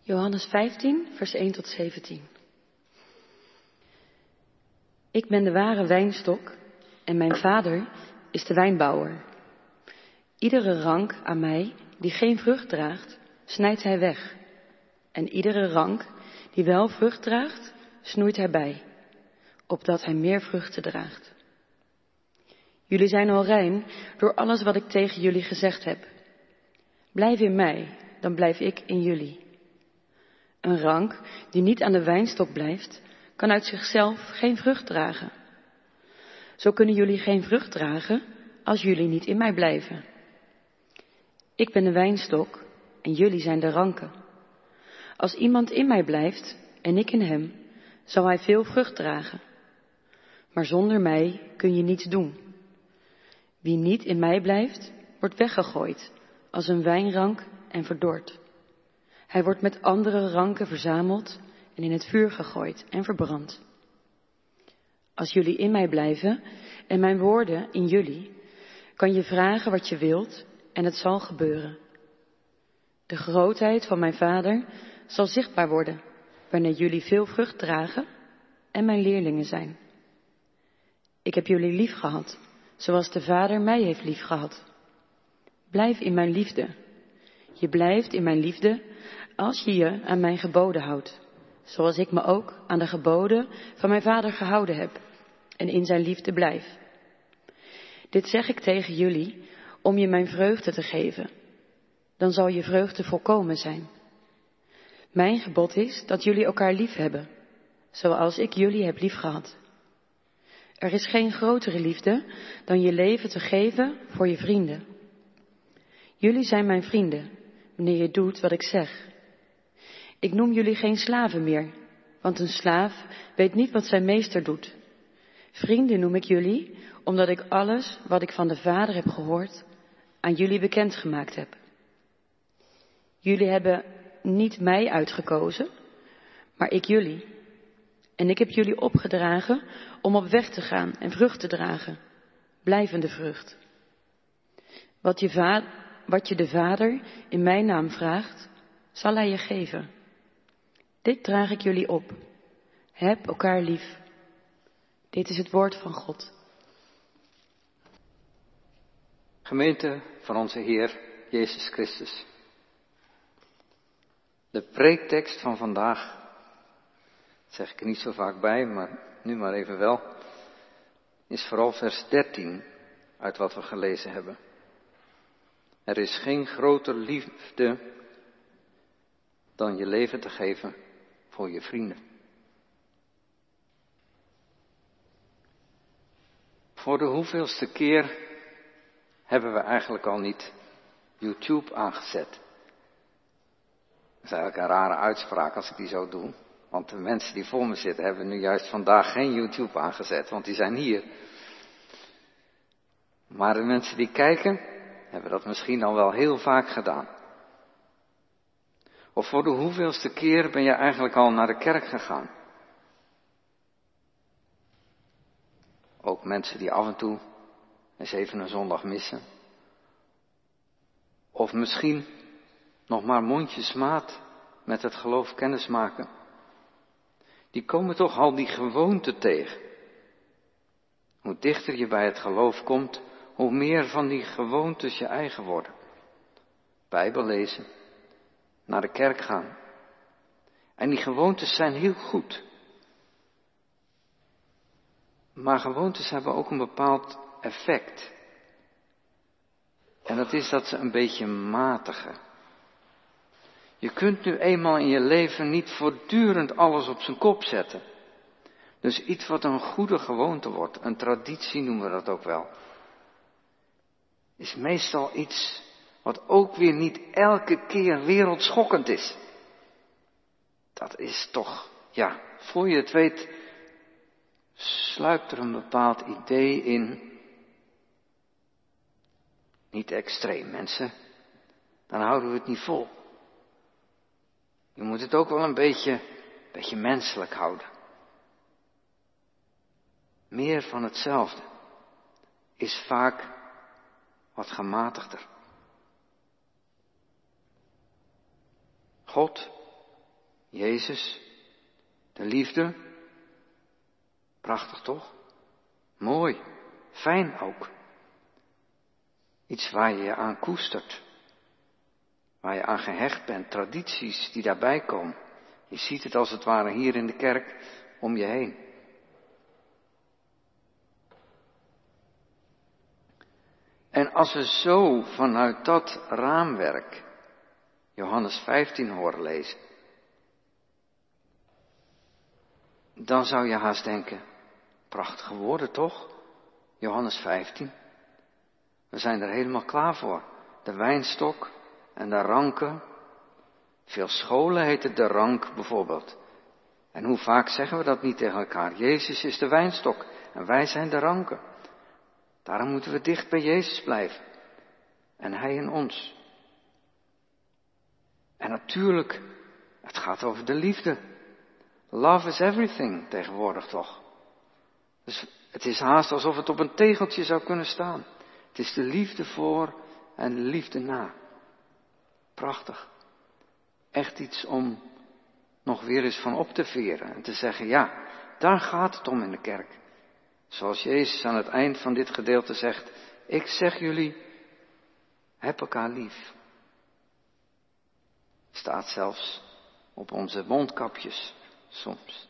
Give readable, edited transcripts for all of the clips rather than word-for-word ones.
Johannes 15, vers 1 tot 17. Ik ben de ware wijnstok en mijn vader is de wijnbouwer. Iedere rank aan mij die geen vrucht draagt, snijdt hij weg. En iedere rank die wel vrucht draagt, snoeit hij bij, opdat hij meer vruchten draagt. Jullie zijn al rein door alles wat ik tegen jullie gezegd heb. Blijf in mij, dan blijf ik in jullie. Een rank die niet aan de wijnstok blijft, kan uit zichzelf geen vrucht dragen. Zo kunnen jullie geen vrucht dragen als jullie niet in mij blijven. Ik ben de wijnstok en jullie zijn de ranken. Als iemand in mij blijft en ik in hem, zal hij veel vrucht dragen. Maar zonder mij kun je niets doen. Wie niet in mij blijft, wordt weggegooid als een wijnrank en verdord. Hij wordt met andere ranken verzameld en in het vuur gegooid en verbrand. Als jullie in mij blijven en mijn woorden in jullie, kan je vragen wat je wilt en het zal gebeuren. De grootheid van mijn Vader zal zichtbaar worden wanneer jullie veel vrucht dragen en mijn leerlingen zijn. Ik heb jullie lief gehad, zoals de Vader mij heeft lief gehad. Blijf in mijn liefde. Je blijft in mijn liefde als je je aan mijn geboden houdt, zoals ik me ook aan de geboden van mijn Vader gehouden heb en in zijn liefde blijf. Dit zeg ik tegen jullie om je mijn vreugde te geven. Dan zal je vreugde volkomen zijn. Mijn gebod is dat jullie elkaar lief hebben, zoals ik jullie heb lief gehad. Er is geen grotere liefde dan je leven te geven voor je vrienden. Jullie zijn mijn vrienden, wanneer je doet wat ik zeg. Ik noem jullie geen slaven meer, want een slaaf weet niet wat zijn meester doet. Vrienden noem ik jullie, omdat ik alles wat ik van de Vader heb gehoord, aan jullie bekendgemaakt heb. Jullie hebben niet mij uitgekozen, maar ik jullie. En ik heb jullie opgedragen om op weg te gaan en vrucht te dragen, blijvende vrucht. Wat je de Vader in mijn naam vraagt, zal hij je geven. Dit draag ik jullie op. Heb elkaar lief. Dit is het woord van God. Gemeente van onze Heer Jezus Christus. De preektekst van vandaag, dat zeg ik er niet zo vaak bij, maar nu maar even wel, is vooral vers 13 uit wat we gelezen hebben. Er is geen groter liefde dan je leven te geven voor je vrienden. Voor de hoeveelste keer hebben we eigenlijk al niet YouTube aangezet? Dat is eigenlijk een rare uitspraak als ik die zo doe. Want de mensen die voor me zitten hebben nu juist vandaag geen YouTube aangezet, want die zijn hier. Maar de mensen die kijken, hebben dat misschien al wel heel vaak gedaan. Of voor de hoeveelste keer ben je eigenlijk al naar de kerk gegaan? Ook mensen die af en toe eens even een zondag missen. Of misschien nog maar mondjesmaat met het geloof kennismaken. Die komen toch al die gewoonten tegen. Hoe dichter je bij het geloof komt, hoe meer van die gewoontes je eigen worden. Bijbel lezen, naar de kerk gaan. En die gewoontes zijn heel goed. Maar gewoontes hebben ook een bepaald effect. En dat is dat ze een beetje matigen. Je kunt nu eenmaal in je leven niet voortdurend alles op zijn kop zetten. Dus iets wat een goede gewoonte wordt, een traditie noemen we dat ook wel, is meestal iets wat ook weer niet elke keer wereldschokkend is. Dat is toch, ja, voor je het weet, sluipt er een bepaald idee in. Niet extreem, mensen. Dan houden we het niet vol. Je moet het ook wel een beetje menselijk houden. Meer van hetzelfde is vaak wat gematigder. God Jezus, de liefde. Prachtig toch? Mooi, fijn ook. Iets waar je je aan koestert. Waar je aan gehecht bent, tradities die daarbij komen. Je ziet het als het ware hier in de kerk om je heen. En als we zo vanuit dat raamwerk Johannes 15 horen lezen, dan zou je haast denken, prachtige woorden toch? Johannes 15. We zijn er helemaal klaar voor. De wijnstok en de ranken. Veel scholen heet het de rank bijvoorbeeld. En hoe vaak zeggen we dat niet tegen elkaar? Jezus is de wijnstok en wij zijn de ranken. Daarom moeten we dicht bij Jezus blijven. En Hij in ons. En natuurlijk, het gaat over de liefde. Love is everything tegenwoordig toch. Dus het is haast alsof het op een tegeltje zou kunnen staan. Het is de liefde voor en de liefde na. Prachtig. Echt iets om nog weer eens van op te veren en te zeggen, ja, daar gaat het om in de kerk. Zoals Jezus aan het eind van dit gedeelte zegt, ik zeg jullie, heb elkaar lief. Staat zelfs op onze mondkapjes soms.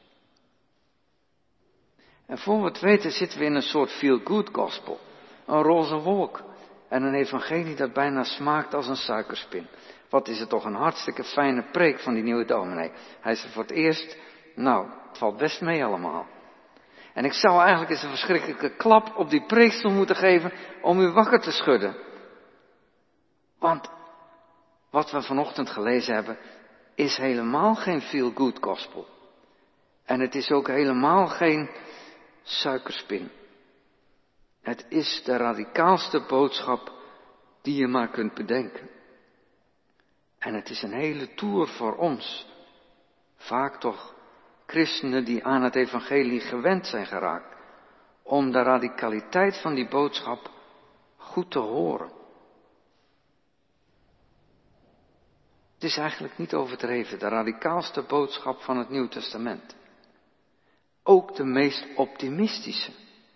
En voor we het weten zitten we in een soort feel-good gospel. Een roze wolk en een evangelie dat bijna smaakt als een suikerspin. Wat is het toch een hartstikke fijne preek van die nieuwe dominee. Hij is er voor het eerst, het valt best mee allemaal. En ik zou eigenlijk eens een verschrikkelijke klap op die preekstoel moeten geven om u wakker te schudden. Want wat we vanochtend gelezen hebben is helemaal geen feel-good gospel. En het is ook helemaal geen suikerspin. Het is de radicaalste boodschap die je maar kunt bedenken. En het is een hele tour voor ons. Vaak toch christenen die aan het evangelie gewend zijn geraakt. Om de radicaliteit van die boodschap goed te horen. Het is eigenlijk niet overdreven, de radicaalste boodschap van het Nieuw Testament. Ook de meest optimistische.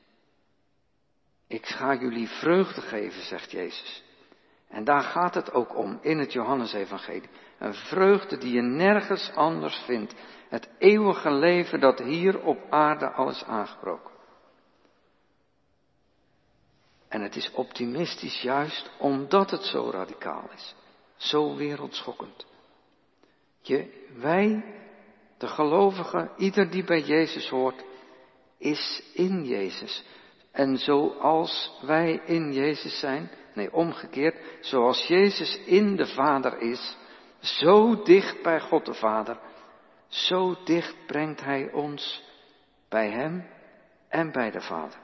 Ik ga jullie vreugde geven, zegt Jezus. En daar gaat het ook om in het Johannesevangelie. Een vreugde die je nergens anders vindt. Het eeuwige leven dat hier op aarde al is aangebroken. En het is optimistisch juist omdat het zo radicaal is. Zo wereldschokkend. Wij, de gelovigen, ieder die bij Jezus hoort, is in Jezus. En zoals wij in Jezus zijn, omgekeerd, zoals Jezus in de Vader is, zo dicht bij God de Vader, zo dicht brengt Hij ons bij Hem en bij de Vader.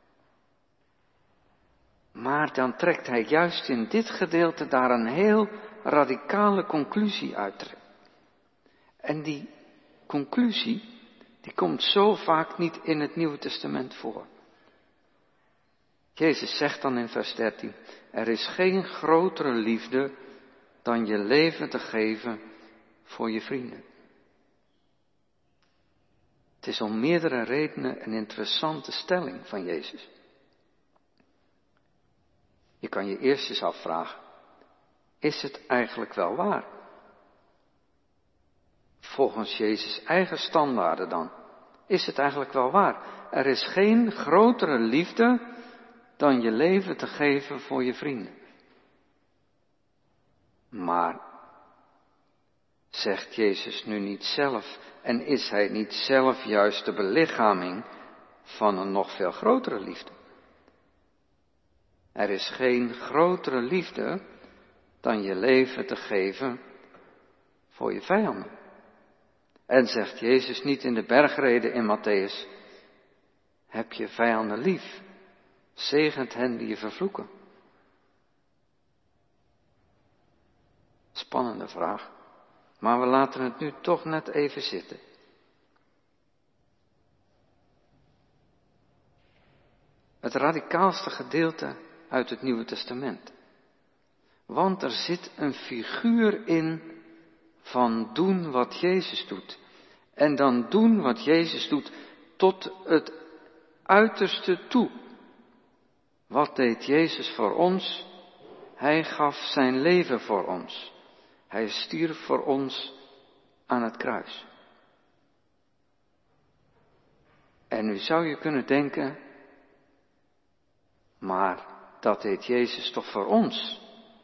Maar dan trekt Hij juist in dit gedeelte daar een heel radicale conclusie uit. En die conclusie, die komt zo vaak niet in het Nieuwe Testament voor. Jezus zegt dan in vers 13, er is geen grotere liefde dan je leven te geven voor je vrienden. Het is om meerdere redenen een interessante stelling van Jezus. Je kan je eerst eens afvragen, is het eigenlijk wel waar? Volgens Jezus' eigen standaarden dan, is het eigenlijk wel waar? Er is geen grotere liefde dan je leven te geven voor je vrienden. Maar, zegt Jezus nu niet zelf, en is Hij niet zelf juist de belichaming van een nog veel grotere liefde? Er is geen grotere liefde dan je leven te geven voor je vijanden. En zegt Jezus niet in de bergrede in Matthäus, heb je vijanden lief, zegent hen die je vervloeken. Spannende vraag, maar we laten het nu toch net even zitten. Het radicaalste gedeelte uit het Nieuwe Testament. Want er zit een figuur in van doen wat Jezus doet. En dan doen wat Jezus doet tot het uiterste toe. Wat deed Jezus voor ons? Hij gaf zijn leven voor ons. Hij stierf voor ons aan het kruis. En nu zou je kunnen denken, maar dat deed Jezus toch voor ons?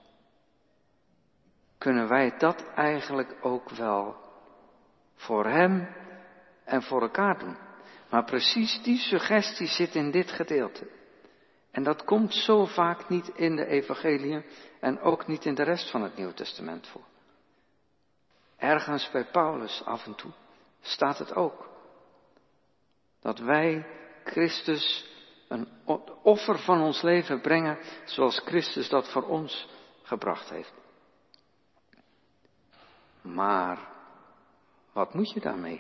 Kunnen wij dat eigenlijk ook wel voor hem en voor elkaar doen? Maar precies die suggestie zit in dit gedeelte. En dat komt zo vaak niet in de evangeliën en ook niet in de rest van het Nieuwe Testament voor. Ergens bij Paulus af en toe staat het ook. Dat wij Christus een offer van ons leven brengen zoals Christus dat voor ons gebracht heeft. Maar wat moet je daarmee?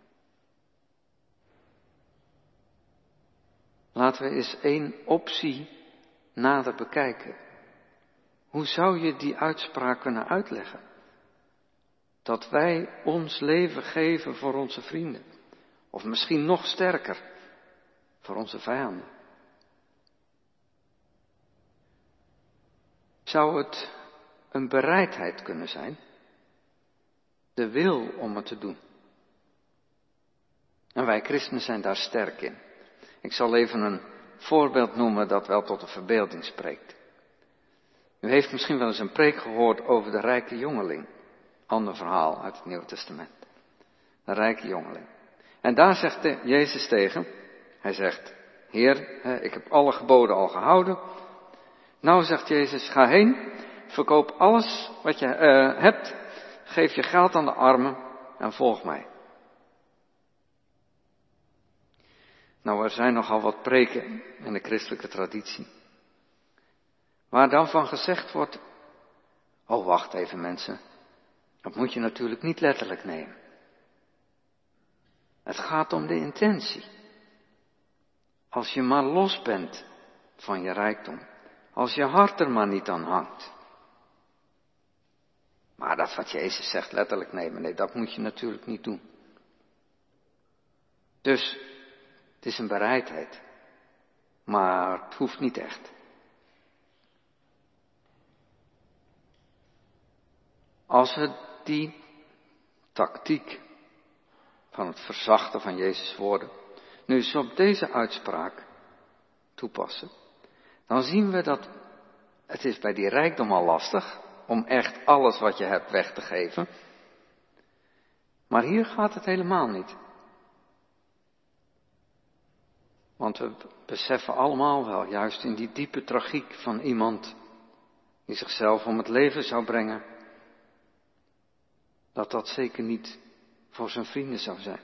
Laten we eens één optie nader bekijken. Hoe zou je die uitspraak kunnen uitleggen? Dat wij ons leven geven voor onze vrienden. Of misschien nog sterker, voor onze vijanden. Zou het een bereidheid kunnen zijn? De wil om het te doen. En wij christenen zijn daar sterk in. Ik zal even een voorbeeld noemen dat wel tot de verbeelding spreekt. U heeft misschien wel eens een preek gehoord over de rijke jongeling. Ander verhaal uit het Nieuwe Testament. De rijke jongeling. En daar zegt Jezus tegen, hij zegt, Heer, ik heb alle geboden al gehouden. Nou, zegt Jezus, ga heen, verkoop alles wat je hebt, geef je geld aan de armen en volg mij. Nou, er zijn nogal wat preken in de christelijke traditie, waar dan van gezegd wordt, oh wacht even mensen, dat moet je natuurlijk niet letterlijk nemen. Het gaat om de intentie. Als je maar los bent van je rijkdom, als je hart er maar niet aan hangt. Maar dat wat Jezus zegt letterlijk nemen, nee, dat moet je natuurlijk niet doen. Dus het is een bereidheid, maar het hoeft niet echt. Als we die tactiek van het verzachten van Jezus' woorden nu eens op deze uitspraak toepassen, dan zien we dat het is bij die rijkdom al lastig om echt alles wat je hebt weg te geven. Maar hier gaat het helemaal niet. Want we beseffen allemaal wel, juist in die diepe tragiek van iemand die zichzelf om het leven zou brengen, dat dat zeker niet voor zijn vrienden zou zijn.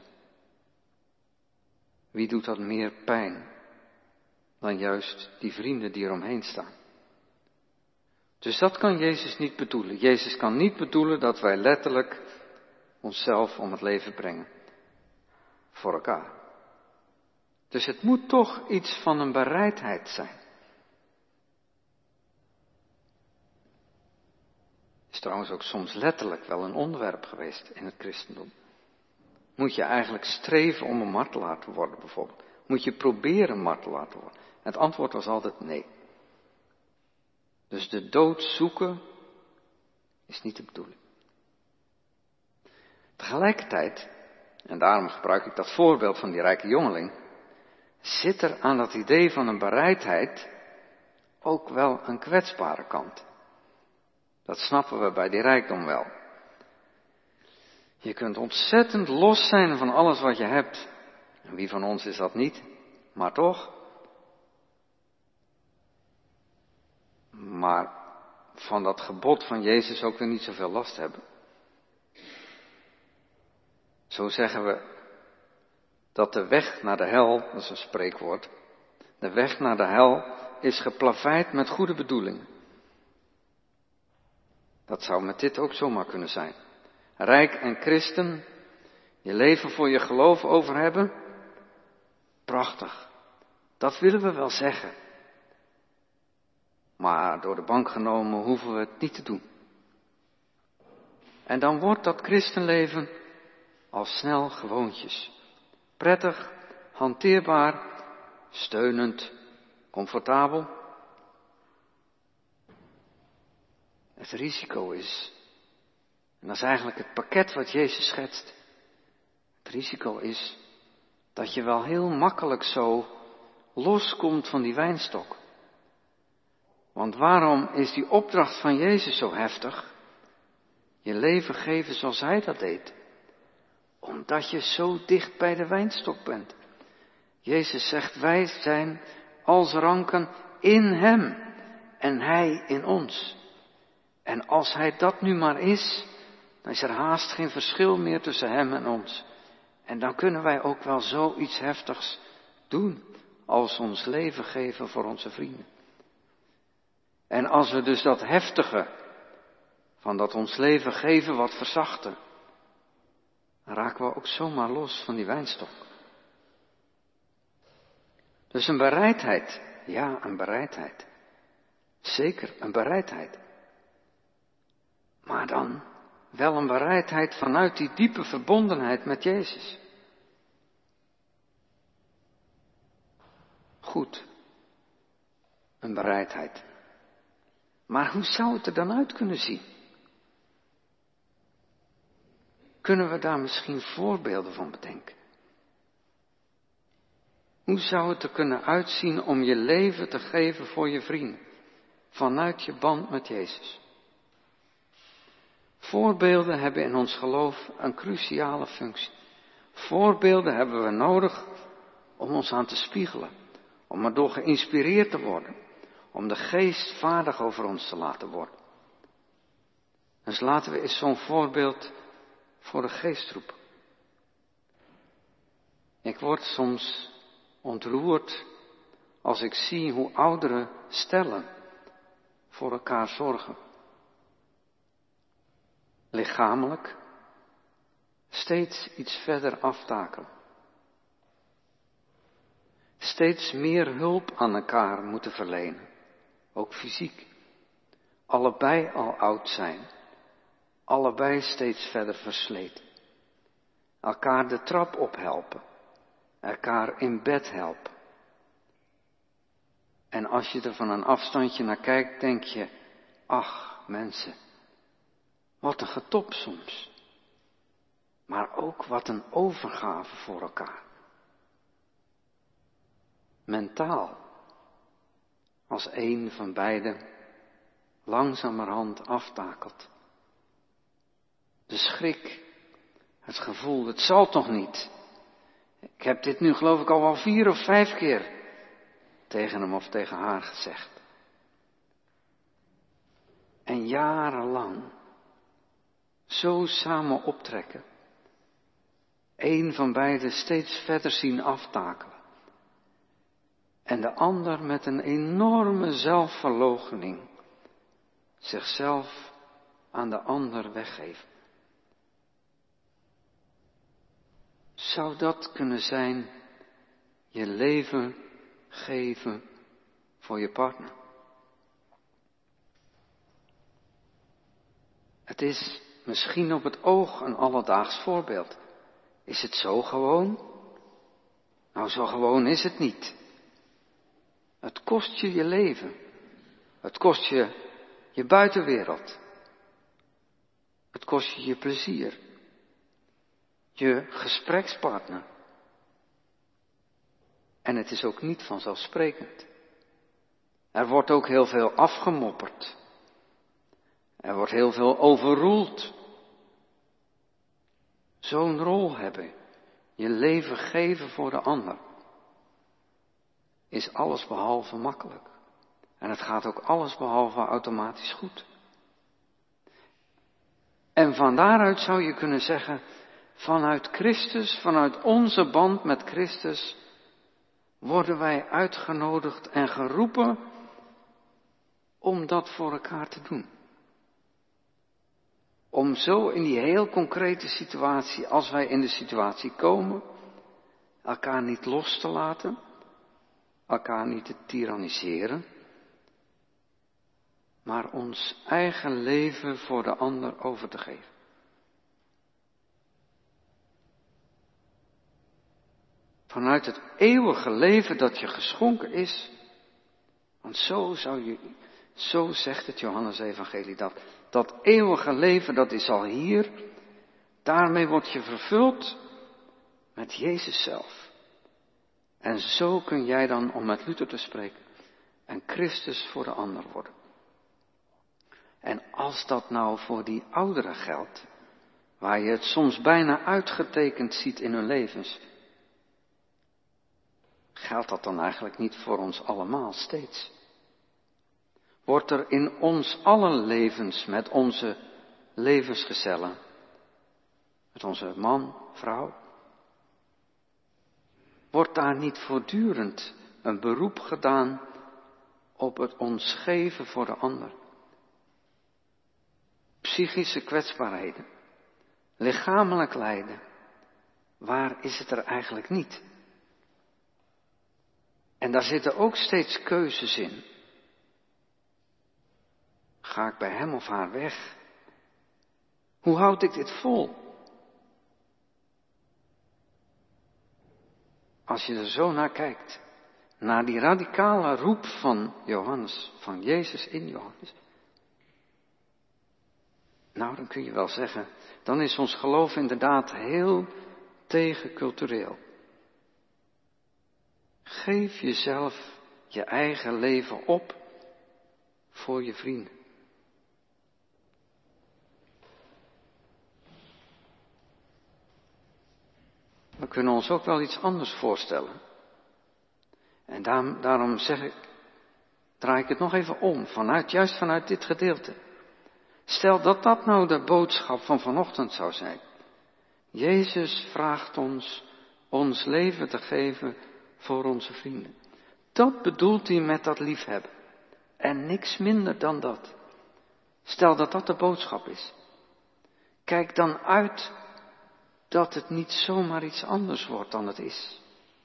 Wie doet dat meer pijn dan juist die vrienden die eromheen staan? Dus dat kan Jezus niet bedoelen. Jezus kan niet bedoelen dat wij letterlijk onszelf om het leven brengen voor elkaar. Dus het moet toch iets van een bereidheid zijn. Is trouwens ook soms letterlijk wel een onderwerp geweest in het christendom. Moet je eigenlijk streven om een martelaar te worden bijvoorbeeld? Moet je proberen martelaar te worden? Het antwoord was altijd nee. Dus de dood zoeken is niet de bedoeling. Tegelijkertijd, en daarom gebruik ik dat voorbeeld van die rijke jongeling, zit er aan dat idee van een bereidheid ook wel een kwetsbare kant. Dat snappen we bij die rijkdom wel. Je kunt ontzettend los zijn van alles wat je hebt. En wie van ons is dat niet? Maar toch. Maar van dat gebod van Jezus ook weer niet zoveel last hebben. Zo zeggen we dat de weg naar de hel, dat is een spreekwoord, de weg naar de hel is geplaveid met goede bedoelingen. Dat zou met dit ook zomaar kunnen zijn. Rijk en christen, je leven voor je geloof over hebben, prachtig. Dat willen we wel zeggen. Maar door de bank genomen hoeven we het niet te doen. En dan wordt dat christenleven al snel gewoontjes. Prettig, hanteerbaar, steunend, comfortabel. Het risico is, en dat is eigenlijk het pakket wat Jezus schetst. Het risico is dat je wel heel makkelijk zo loskomt van die wijnstok. Want waarom is die opdracht van Jezus zo heftig? Je leven geven zoals Hij dat deed. Omdat je zo dicht bij de wijnstok bent. Jezus zegt, wij zijn als ranken in Hem en Hij in ons. En als Hij dat nu maar is, dan is er haast geen verschil meer tussen Hem en ons. En dan kunnen wij ook wel zoiets heftigs doen als ons leven geven voor onze vrienden. En als we dus dat heftige van dat ons leven geven wat verzachten, dan raken we ook zomaar los van die wijnstok. Dus een bereidheid, ja, een bereidheid. Zeker een bereidheid. Maar dan wel een bereidheid vanuit die diepe verbondenheid met Jezus. Goed, een bereidheid. Maar hoe zou het er dan uit kunnen zien? Kunnen we daar misschien voorbeelden van bedenken? Hoe zou het er kunnen uitzien om je leven te geven voor je vrienden, vanuit je band met Jezus? Voorbeelden hebben in ons geloof een cruciale functie. Voorbeelden hebben we nodig om ons aan te spiegelen, om erdoor geïnspireerd te worden, om de geest vaardig over ons te laten worden. Dus laten we eens zo'n voorbeeld voor de geest roepen. Ik word soms ontroerd als ik zie hoe oudere stellen voor elkaar zorgen. Lichamelijk steeds iets verder aftakelen. Steeds meer hulp aan elkaar moeten verlenen, ook fysiek. Allebei al oud zijn, allebei steeds verder versleten. Elkaar de trap ophelpen, elkaar in bed helpen. En als je er van een afstandje naar kijkt, denk je, ach mensen, wat een getop soms. Maar ook wat een overgave voor elkaar. Mentaal. Als een van beiden langzamerhand aftakelt. De schrik. Het gevoel, het zal toch niet. Ik heb dit nu geloof ik al wel 4 of 5 keer tegen hem of tegen haar gezegd. En jarenlang zo samen optrekken. Eén van beiden steeds verder zien aftakelen. En de ander met een enorme zelfverloochening zichzelf aan de ander weggeven. Zou dat kunnen zijn je leven geven voor je partner? Het is misschien op het oog een alledaags voorbeeld. Is het zo gewoon? Nou, zo gewoon is het niet. Het kost je je leven. Het kost je je buitenwereld. Het kost je je plezier. Je gesprekspartner. En het is ook niet vanzelfsprekend. Er wordt ook heel veel afgemopperd. Er wordt heel veel overroeld. Zo'n rol hebben, je leven geven voor de ander, is allesbehalve makkelijk. En het gaat ook allesbehalve automatisch goed. En van daaruit zou je kunnen zeggen, vanuit Christus, vanuit onze band met Christus, worden wij uitgenodigd en geroepen om dat voor elkaar te doen. Om zo in die heel concrete situatie, als wij in de situatie komen, elkaar niet los te laten, elkaar niet te tiranniseren, maar ons eigen leven voor de ander over te geven. Vanuit het eeuwige leven dat je geschonken is. Want zo zegt het Johannesevangelie dat eeuwige leven dat is al hier. Daarmee word je vervuld met Jezus zelf. En zo kun jij dan, om met Luther te spreken, een Christus voor de ander worden. En als dat nou voor die ouderen geldt, waar je het soms bijna uitgetekend ziet in hun levens, geldt dat dan eigenlijk niet voor ons allemaal steeds? Wordt er in ons allen levens met onze levensgezellen, met onze man, vrouw, wordt daar niet voortdurend een beroep gedaan op het ons geven voor de ander? Psychische kwetsbaarheden, lichamelijk lijden, waar is het er eigenlijk niet? En daar zitten ook steeds keuzes in. Ga ik bij hem of haar weg? Hoe houd ik dit vol? Als je er zo naar kijkt, naar die radicale roep van Johannes, van Jezus in Johannes. Nou, dan kun je wel zeggen, dan is ons geloof inderdaad heel tegencultureel. Geef jezelf je eigen leven op voor je vrienden. We kunnen ons ook wel iets anders voorstellen. En daarom draai ik het nog even om, juist vanuit dit gedeelte. Stel dat dat nou de boodschap van vanochtend zou zijn. Jezus vraagt ons leven te geven voor onze vrienden. Dat bedoelt hij met dat liefhebben. En niks minder dan dat. Stel dat dat de boodschap is. Kijk dan uit dat het niet zomaar iets anders wordt dan het is.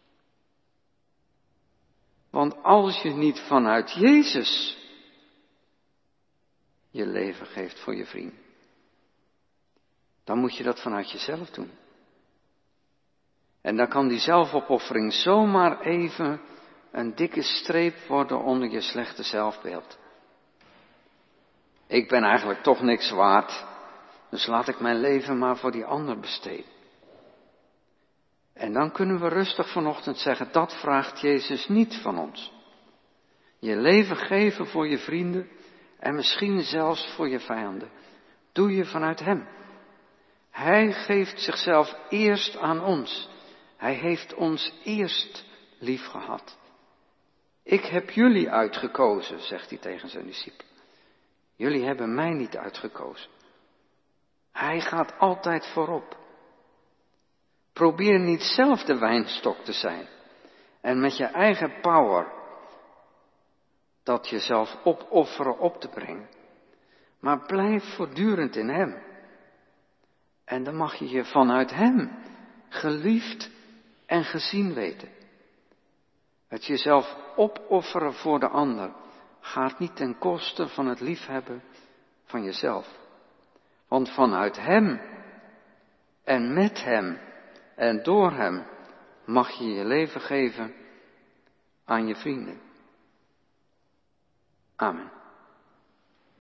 Want als je niet vanuit Jezus je leven geeft voor je vriend, dan moet je dat vanuit jezelf doen. En dan kan die zelfopoffering zomaar even een dikke streep worden onder je slechte zelfbeeld. Ik ben eigenlijk toch niks waard, dus laat ik mijn leven maar voor die ander besteden. En dan kunnen we rustig vanochtend zeggen, dat vraagt Jezus niet van ons. Je leven geven voor je vrienden en misschien zelfs voor je vijanden. Doe je vanuit Hem. Hij geeft zichzelf eerst aan ons. Hij heeft ons eerst lief gehad. Ik heb jullie uitgekozen, zegt hij tegen zijn discipelen. Jullie hebben mij niet uitgekozen. Hij gaat altijd voorop. Probeer niet zelf de wijnstok te zijn en met je eigen power dat jezelf opofferen op te brengen. Maar blijf voortdurend in Hem. En dan mag je je vanuit Hem geliefd en gezien weten. Het jezelf opofferen voor de ander gaat niet ten koste van het liefhebben van jezelf. Want vanuit Hem en met Hem en door Hem mag je je leven geven aan je vrienden. Amen.